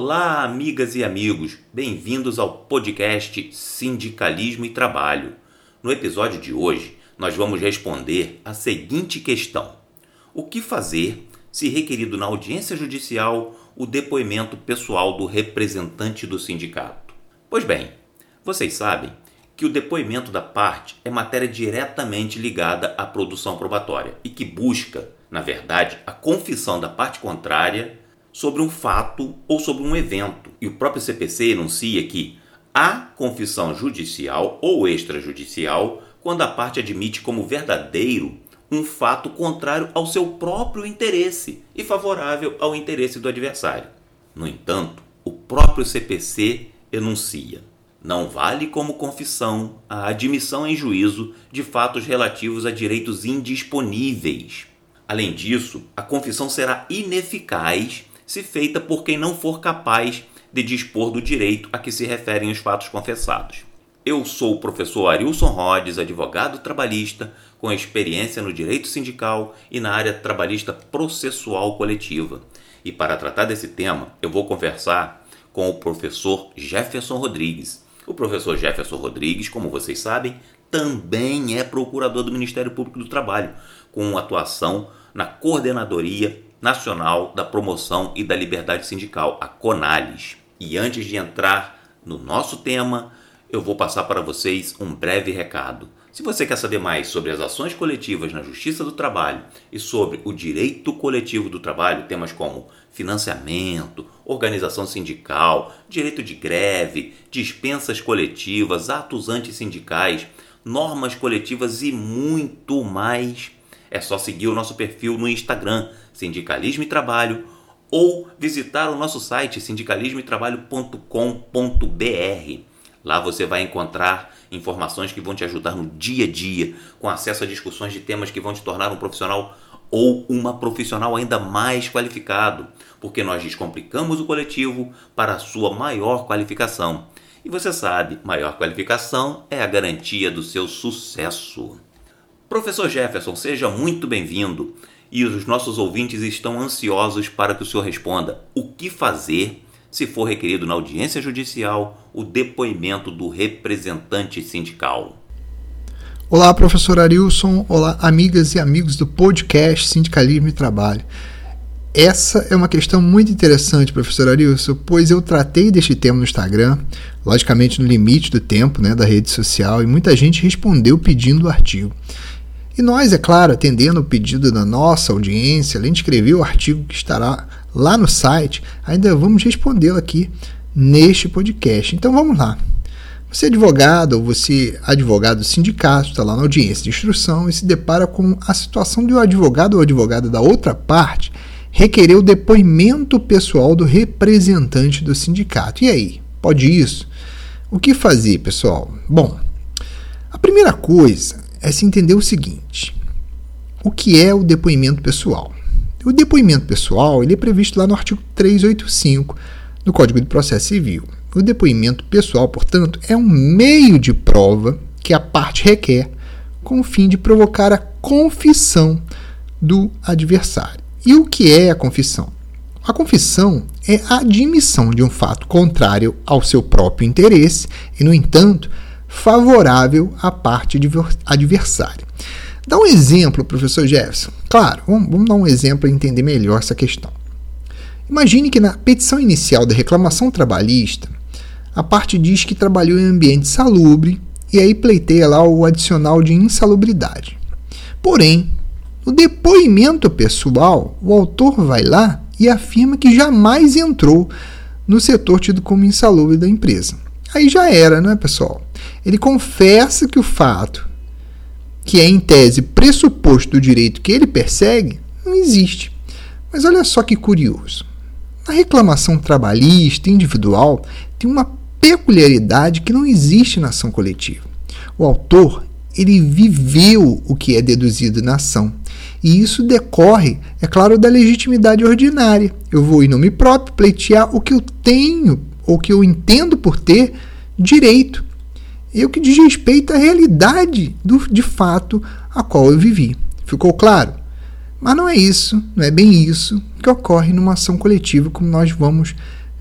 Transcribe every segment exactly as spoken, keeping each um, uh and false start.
Olá, amigas e amigos, bem-vindos ao podcast Sindicalismo e Trabalho. No episódio de hoje, nós vamos responder a seguinte questão: o que fazer se requerido na audiência judicial o depoimento pessoal do representante do sindicato? Pois bem, vocês sabem que o depoimento da parte é matéria diretamente ligada à produção probatória e que busca, na verdade, a confissão da parte contrária sobre um fato ou sobre um evento. E o próprio C P C enuncia que há confissão judicial ou extrajudicial quando a parte admite como verdadeiro um fato contrário ao seu próprio interesse e favorável ao interesse do adversário. No entanto, o próprio C P C enuncia: não vale como confissão a admissão em juízo de fatos relativos a direitos indisponíveis. Além disso, a confissão será ineficaz se feita por quem não for capaz de dispor do direito a que se referem os fatos confessados. Eu sou o professor Arilson Rhodes, advogado trabalhista, com experiência no direito sindical e na área trabalhista processual coletiva. E para tratar desse tema, eu vou conversar com o professor Jefferson Rodrigues. O professor Jefferson Rodrigues, como vocês sabem, também é procurador do Ministério Público do Trabalho, com atuação na Coordenadoria Nacional da Promoção e da Liberdade Sindical, a CONALES. E antes de entrar no nosso tema, eu vou passar para vocês um breve recado. Se você quer saber mais sobre as ações coletivas na Justiça do Trabalho e sobre o direito coletivo do trabalho, temas como financiamento, organização sindical, direito de greve, dispensas coletivas, atos antissindicais, normas coletivas e muito mais, é só seguir o nosso perfil no Instagram, Sindicalismo e Trabalho, ou visitar o nosso site sindicalismo e trabalho ponto com ponto b r. Lá você vai encontrar informações que vão te ajudar no dia a dia, com acesso a discussões de temas que vão te tornar um profissional ou uma profissional ainda mais qualificado, porque nós descomplicamos o coletivo para a sua maior qualificação. E você sabe, maior qualificação é a garantia do seu sucesso. Professor Jefferson, seja muito bem-vindo. E os nossos ouvintes estão ansiosos para que o senhor responda o que fazer se for requerido na audiência judicial o depoimento do representante sindical. Olá, professor Arilson. Olá, amigas e amigos do podcast Sindicalismo e Trabalho. Essa é uma questão muito interessante, professor Arilson, pois eu tratei deste tema no Instagram, logicamente no limite do tempo, né, da rede social, e muita gente respondeu pedindo o artigo. E nós, é claro, atendendo o pedido da nossa audiência, além de escrever o artigo que estará lá no site, ainda vamos respondê-lo aqui neste podcast. Então vamos lá. Você é advogado ou você é advogado do sindicato, está lá na audiência de instrução e se depara com a situação de um advogado ou advogada da outra parte requerer o depoimento pessoal do representante do sindicato. E aí, pode isso? O que fazer, pessoal? Bom, a primeira coisa é se entender o seguinte: o que é o depoimento pessoal? O depoimento pessoal ele é previsto lá no artigo trezentos e oitenta e cinco do Código de Processo Civil. O depoimento pessoal, portanto, é um meio de prova que a parte requer com o fim de provocar a confissão do adversário. E o que é a confissão? A confissão é a admissão de um fato contrário ao seu próprio interesse e, no entanto, favorável à parte adversária. Dá um exemplo, professor Jefferson. Claro, vamos, vamos dar um exemplo para entender melhor essa questão. Imagine que na petição inicial da reclamação trabalhista, a parte diz que trabalhou em ambiente salubre e aí pleiteia lá o adicional de insalubridade. Porém, no depoimento pessoal, o autor vai lá e afirma que jamais entrou no setor tido como insalubre da empresa. Aí já era, não é, pessoal? Ele confessa que o fato, que é em tese pressuposto do direito que ele persegue, não existe. Mas olha só que curioso. A reclamação trabalhista individual tem uma peculiaridade que não existe na ação coletiva. O autor, ele viveu o que é deduzido na ação. E isso decorre, é claro, da legitimidade ordinária. Eu vou, em nome próprio, pleitear o que eu tenho, ou que eu entendo por ter direito. E o que diz respeito à realidade do, de fato a qual eu vivi. Ficou claro? Mas não é isso, não é bem isso que ocorre numa ação coletiva, como nós vamos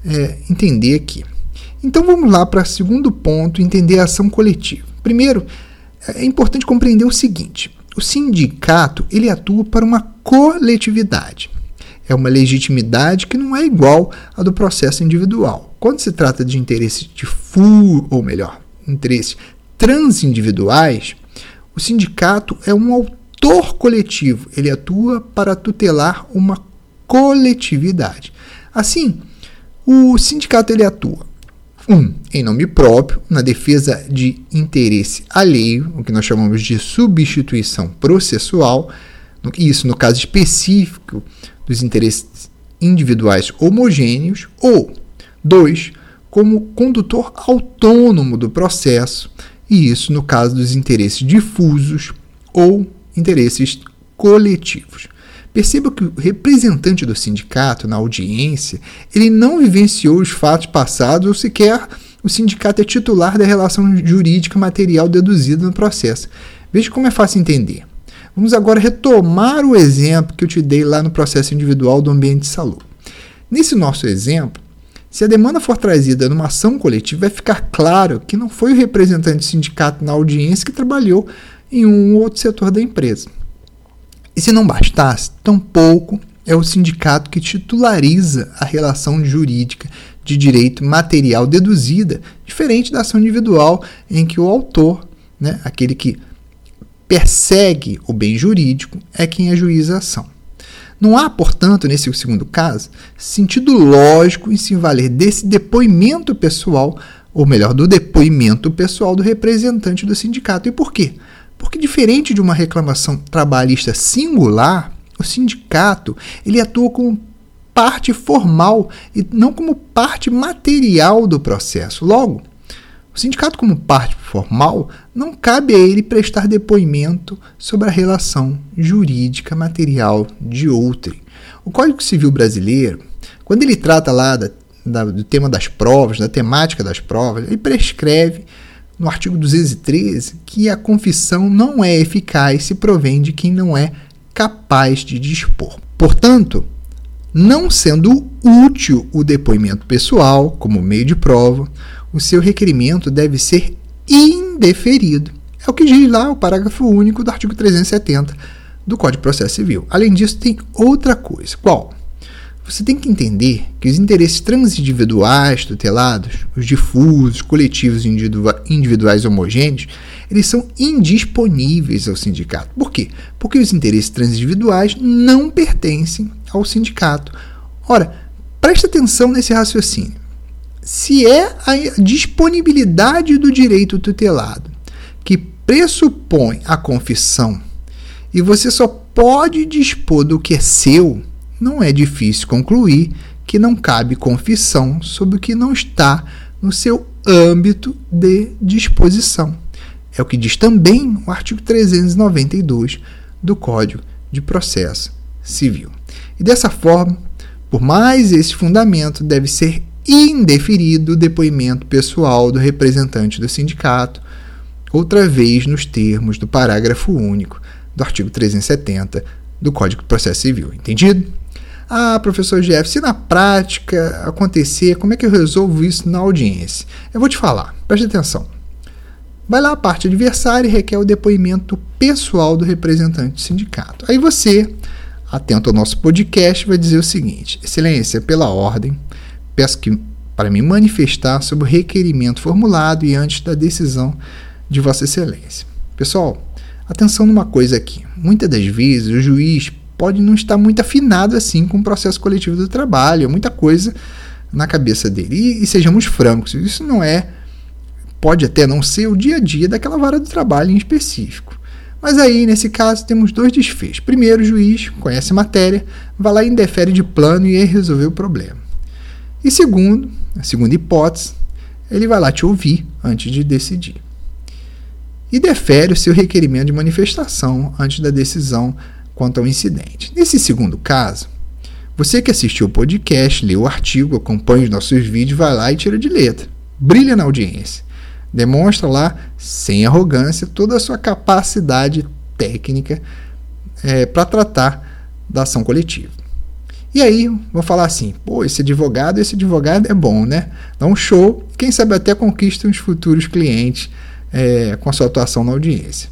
é, entender aqui. Então vamos lá para o segundo ponto, entender a ação coletiva. Primeiro, é importante compreender o seguinte: o sindicato ele atua para uma coletividade. É uma legitimidade que não é igual à do processo individual. Quando se trata de interesses de full, ou melhor, interesses transindividuais, o sindicato é um autor coletivo. Ele atua para tutelar uma coletividade. Assim, o sindicato ele atua Um, em nome próprio, na defesa de interesse alheio, o que nós chamamos de substituição processual, isso no caso específico dos interesses individuais homogêneos, ou dois, como condutor autônomo do processo, e isso no caso dos interesses difusos ou interesses coletivos. Perceba que o representante do sindicato, na audiência, ele não vivenciou os fatos passados ou sequer o sindicato é titular da relação jurídica material deduzida no processo. Veja como é fácil entender. Vamos agora retomar o exemplo que eu te dei lá no processo individual do ambiente salubre. Nesse nosso exemplo, se a demanda for trazida numa ação coletiva, vai ficar claro que não foi o representante do sindicato na audiência que trabalhou em um ou outro setor da empresa. E se não bastasse, tampouco é o sindicato que titulariza a relação jurídica de direito material deduzida, diferente da ação individual em que o autor, né, aquele que persegue o bem jurídico, é quem ajuiza a ação. Não há, portanto, nesse segundo caso, sentido lógico em se valer desse depoimento pessoal, ou melhor, do depoimento pessoal do representante do sindicato. E por quê? Porque, diferente de uma reclamação trabalhista singular, o sindicato ele atua como parte formal e não como parte material do processo. Logo, o sindicato, como parte formal, não cabe a ele prestar depoimento sobre a relação jurídica material de outrem. O Código Civil brasileiro, quando ele trata lá da, da, do tema das provas, da temática das provas, ele prescreve no artigo duzentos e treze, que a confissão não é eficaz se provém de quem não é capaz de dispor. Portanto, não sendo útil o depoimento pessoal como meio de prova, o seu requerimento deve ser indeferido. É o que diz lá o parágrafo único do artigo trezentos e setenta do Código de Processo Civil. Além disso, tem outra coisa. Qual? Você tem que entender que os interesses transindividuais tutelados, os difusos, coletivos individuais homogêneos, eles são indisponíveis ao sindicato. Por quê? Porque os interesses transindividuais não pertencem ao sindicato. Ora, preste atenção nesse raciocínio. Se é a disponibilidade do direito tutelado que pressupõe a confissão e você só pode dispor do que é seu, não é difícil concluir que não cabe confissão sobre o que não está no seu âmbito de disposição. É o que diz também o artigo trezentos e noventa e dois do Código de Processo Civil. E dessa forma, por mais esse fundamento, deve ser indeferido o depoimento pessoal do representante do sindicato, outra vez nos termos do parágrafo único do artigo trezentos e setenta do Código de Processo Civil. Entendido? Ah, professor Jeff, se na prática acontecer, como é que eu resolvo isso na audiência? Eu vou te falar, preste atenção. Vai lá a parte adversária e requer o depoimento pessoal do representante do sindicato. Aí você, atento ao nosso podcast, vai dizer o seguinte: Excelência, pela ordem, peço que para me manifestar sobre o requerimento formulado e antes da decisão de Vossa Excelência. Pessoal, atenção numa coisa aqui. Muitas das vezes o juiz pode não estar muito afinado assim com o processo coletivo do trabalho, é muita coisa na cabeça dele. E, e sejamos francos, isso não é, pode até não ser o dia a dia daquela vara do trabalho em específico. Mas aí, nesse caso, temos dois desfechos. Primeiro, o juiz conhece a matéria, vai lá e indefere de plano e aí resolveu o problema. E segundo, a segunda hipótese, ele vai lá te ouvir antes de decidir. E defere o seu requerimento de manifestação antes da decisão quanto ao incidente. Nesse segundo caso, você que assistiu o podcast, leu o artigo, acompanha os nossos vídeos, vai lá e tira de letra. Brilha na audiência. Demonstra lá, sem arrogância, toda a sua capacidade técnica é, para tratar da ação coletiva. E aí, vou falar assim, pô, esse advogado, esse advogado é bom, né? Dá um show, quem sabe até conquista uns futuros clientes é, com a sua atuação na audiência.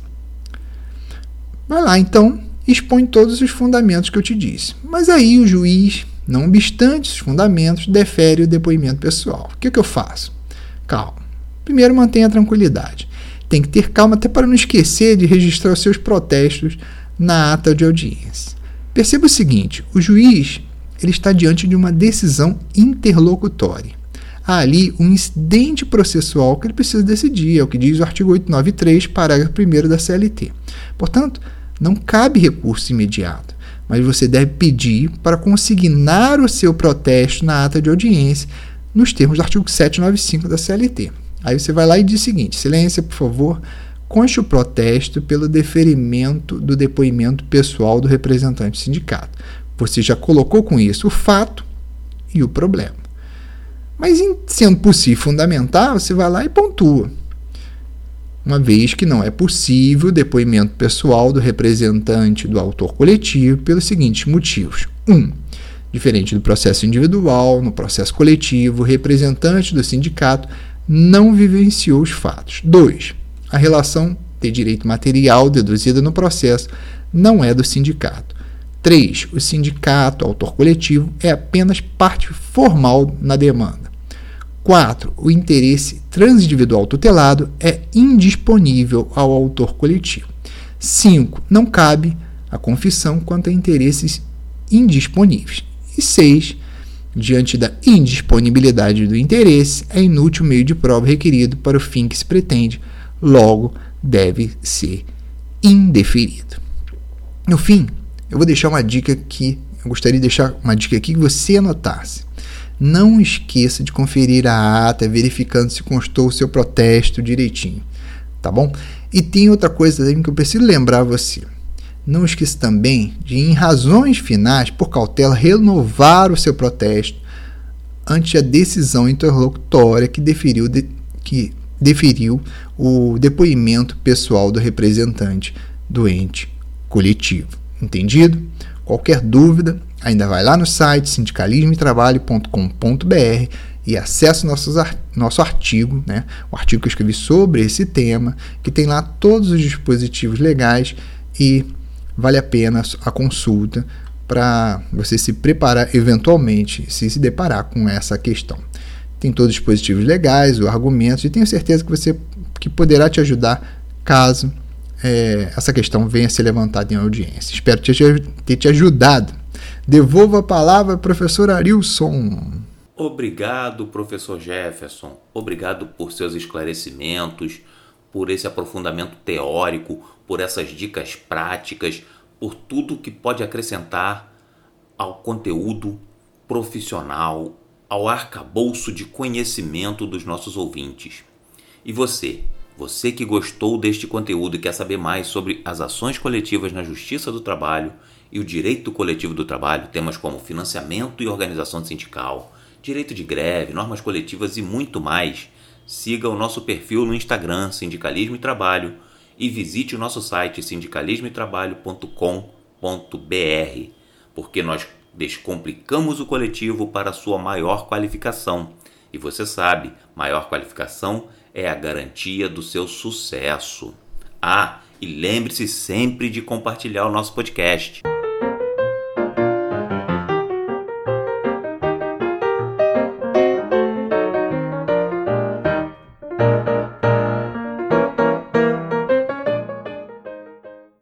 Vai lá, então, expõe todos os fundamentos que eu te disse. Mas aí o juiz, não obstante os fundamentos, defere o depoimento pessoal. O que, que eu faço? Calma. Primeiro, mantenha a tranquilidade. Tem que ter calma até para não esquecer de registrar os seus protestos na ata de audiência. Perceba o seguinte, o juiz ele está diante de uma decisão interlocutória. Há ali um incidente processual que ele precisa decidir, é o que diz o artigo oitocentos e noventa e três, parágrafo primeiro da C L T. Portanto, não cabe recurso imediato, mas você deve pedir para consignar o seu protesto na ata de audiência, nos termos do artigo setecentos e noventa e cinco da C L T. Aí você vai lá e diz o seguinte, excelência, por favor, conste o protesto pelo deferimento do depoimento pessoal do representante do sindicato. Você já colocou com isso o fato e o problema. Mas, sendo possível fundamentar, você vai lá e pontua. Uma vez que não é possível o depoimento pessoal do representante do autor coletivo pelos seguintes motivos. um. Diferente do processo individual, no processo coletivo, o representante do sindicato não vivenciou os fatos. dois. A relação de direito material deduzida no processo não é do sindicato. três. O sindicato, autor coletivo, é apenas parte formal na demanda. quatro. O interesse transindividual tutelado é indisponível ao autor coletivo. cinco. Não cabe a confissão quanto a interesses indisponíveis. E seis. Diante da indisponibilidade do interesse, é inútil o meio de prova requerido para o fim que se pretende, logo deve ser indeferido. No fim, eu vou deixar uma dica aqui, eu gostaria de deixar uma dica aqui que você anotasse. Não esqueça de conferir a ata, verificando se constou o seu protesto direitinho, tá bom? E tem outra coisa também que eu preciso lembrar você. Não esqueça também de, em razões finais, por cautela, renovar o seu protesto ante a decisão interlocutória que deferiu, de, que deferiu o depoimento pessoal do representante do ente coletivo. Entendido? Qualquer dúvida, ainda vai lá no site sindicalismo e trabalho ponto com ponto b r e acesse nossos, nosso artigo, né? O artigo que eu escrevi sobre esse tema, que tem lá todos os dispositivos legais e vale a pena a consulta para você se preparar, eventualmente, se se deparar com essa questão. Tem todos os dispositivos legais, os argumentos, e tenho certeza que você que poderá te ajudar caso é, essa questão venha a ser levantada em audiência. Espero ter, ter te ajudado. Devolvo a palavra ao professor Arilson. Obrigado, professor Jefferson. Obrigado por seus esclarecimentos, por esse aprofundamento teórico, por essas dicas práticas, por tudo que pode acrescentar ao conteúdo profissional, ao arcabouço de conhecimento dos nossos ouvintes. E você, você que gostou deste conteúdo e quer saber mais sobre as ações coletivas na Justiça do Trabalho e o direito coletivo do trabalho, temas como financiamento e organização sindical, direito de greve, normas coletivas e muito mais, siga o nosso perfil no Instagram, Sindicalismo e Trabalho, e visite o nosso site sindicalismo e trabalho ponto com ponto b r, porque nós descomplicamos o coletivo para a sua maior qualificação. E você sabe, maior qualificação é a garantia do seu sucesso. Ah, e lembre-se sempre de compartilhar o nosso podcast.